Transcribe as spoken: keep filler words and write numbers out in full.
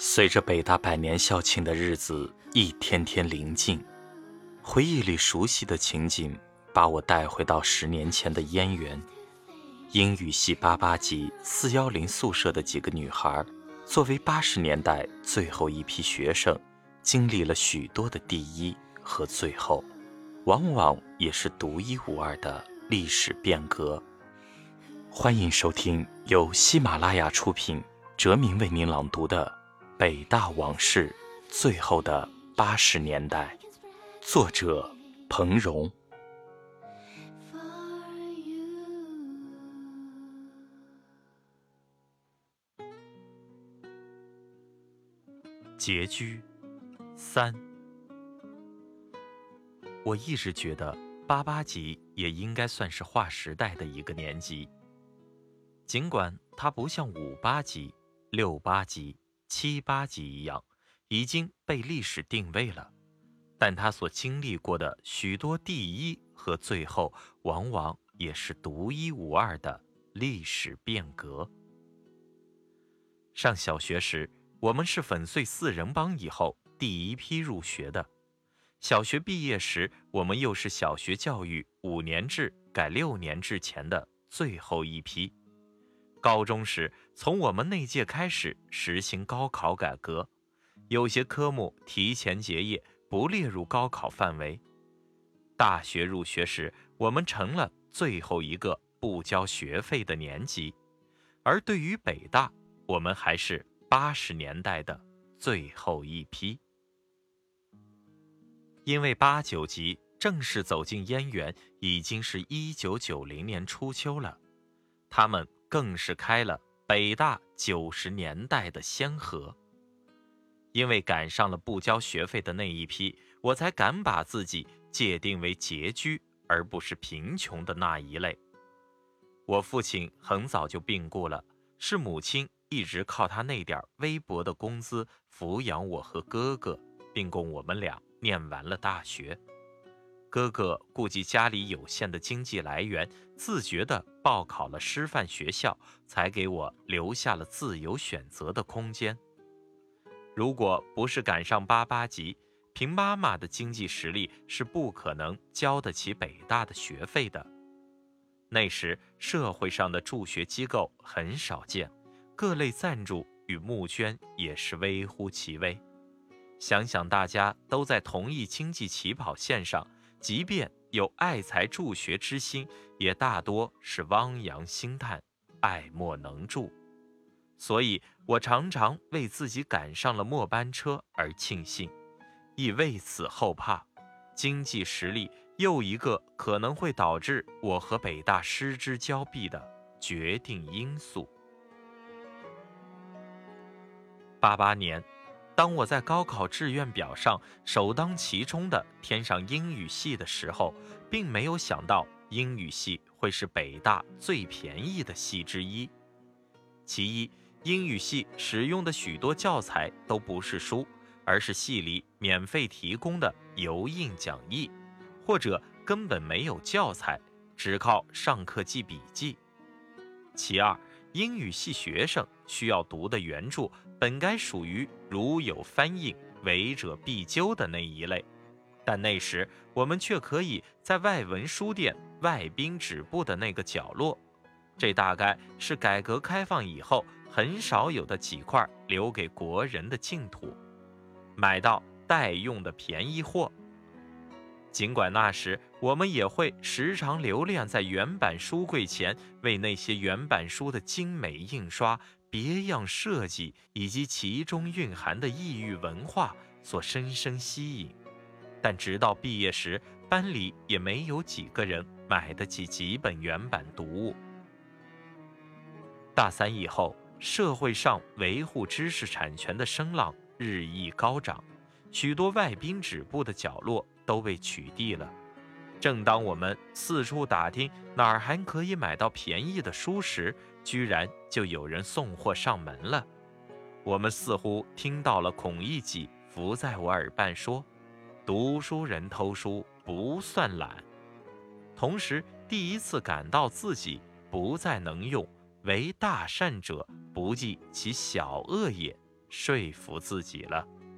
随着北大百年校庆的日子一天天临近，回忆里熟悉的情景把我带回到十年前的燕园。英语系八八级四一零宿舍的几个女孩，作为八十年代最后一批学生，经历了许多的第一和最后，往往也是独一无二的历史变革。欢迎收听由喜马拉雅出品，哲明为您朗读的《北大往事：最后的八十年代》，作者彭荣。拮据三。我一直觉得八八级也应该算是划时代的一个年级，尽管它不像五八级、六八级、七八级一样已经被历史定位了，但它所经历过的许多第一和最后，往往也是独一无二的历史变革。上小学时，我们是粉碎四人帮以后第一批入学的。小学毕业时，我们又是小学教育五年制改六年制前的最后一批。高中时，从我们那届开始实行高考改革，有些科目提前结业，不列入高考范围。大学入学时，我们成了最后一个不交学费的年级，而对于北大，我们还是八十年代的最后一批。因为八九级正式走进燕园已经是一九九零年初秋了，他们更是开了北大九十年代的先河。因为赶上了不交学费的那一批，我才敢把自己界定为拮据而不是贫穷的那一类。我父亲很早就病故了，是母亲一直靠他那点微薄的工资抚养我和哥哥，并供我们俩念完了大学。哥哥顾及家里有限的经济来源，自觉地报考了师范学校，才给我留下了自由选择的空间。如果不是赶上八八级，凭妈妈的经济实力是不可能交得起北大的学费的。那时社会上的助学机构很少见，各类赞助与募捐也是微乎其微。想想大家都在同一经济起跑线上，即便有爱才助学之心，也大多是汪洋兴叹，爱莫能助。所以我常常为自己赶上了末班车而庆幸，亦为此后怕经济实力又一个可能会导致我和北大失之交臂的决定因素。八八年，当我在高考志愿表上首当其冲的填上英语系的时候，并没有想到英语系会是北大最便宜的系之一。其一，英语系使用的许多教材都不是书，而是系里免费提供的油印讲义，或者根本没有教材，只靠上课记笔记。其二，英语系学生需要读的原著本该属于如有翻印，违者必究的那一类，但那时我们却可以在外文书店外宾止部的那个角落，这大概是改革开放以后很少有的几块留给国人的净土，买到待用的便宜货。尽管那时我们也会时常留恋在原版书柜前，为那些原版书的精美印刷、别样设计以及其中蕴含的异域文化所深深吸引，但直到毕业时，班里也没有几个人买得起几本原版读物。大三以后，社会上维护知识产权的声浪日益高涨，许多外宾止部的角落都被取缔了。正当我们四处打听哪儿还可以买到便宜的书时，居然就有人送货上门了。我们似乎听到了孔乙己伏在我耳畔说：“读书人偷书不算懒。”同时，第一次感到自己不再能用“为大善者不计其小恶也” 说服自己了。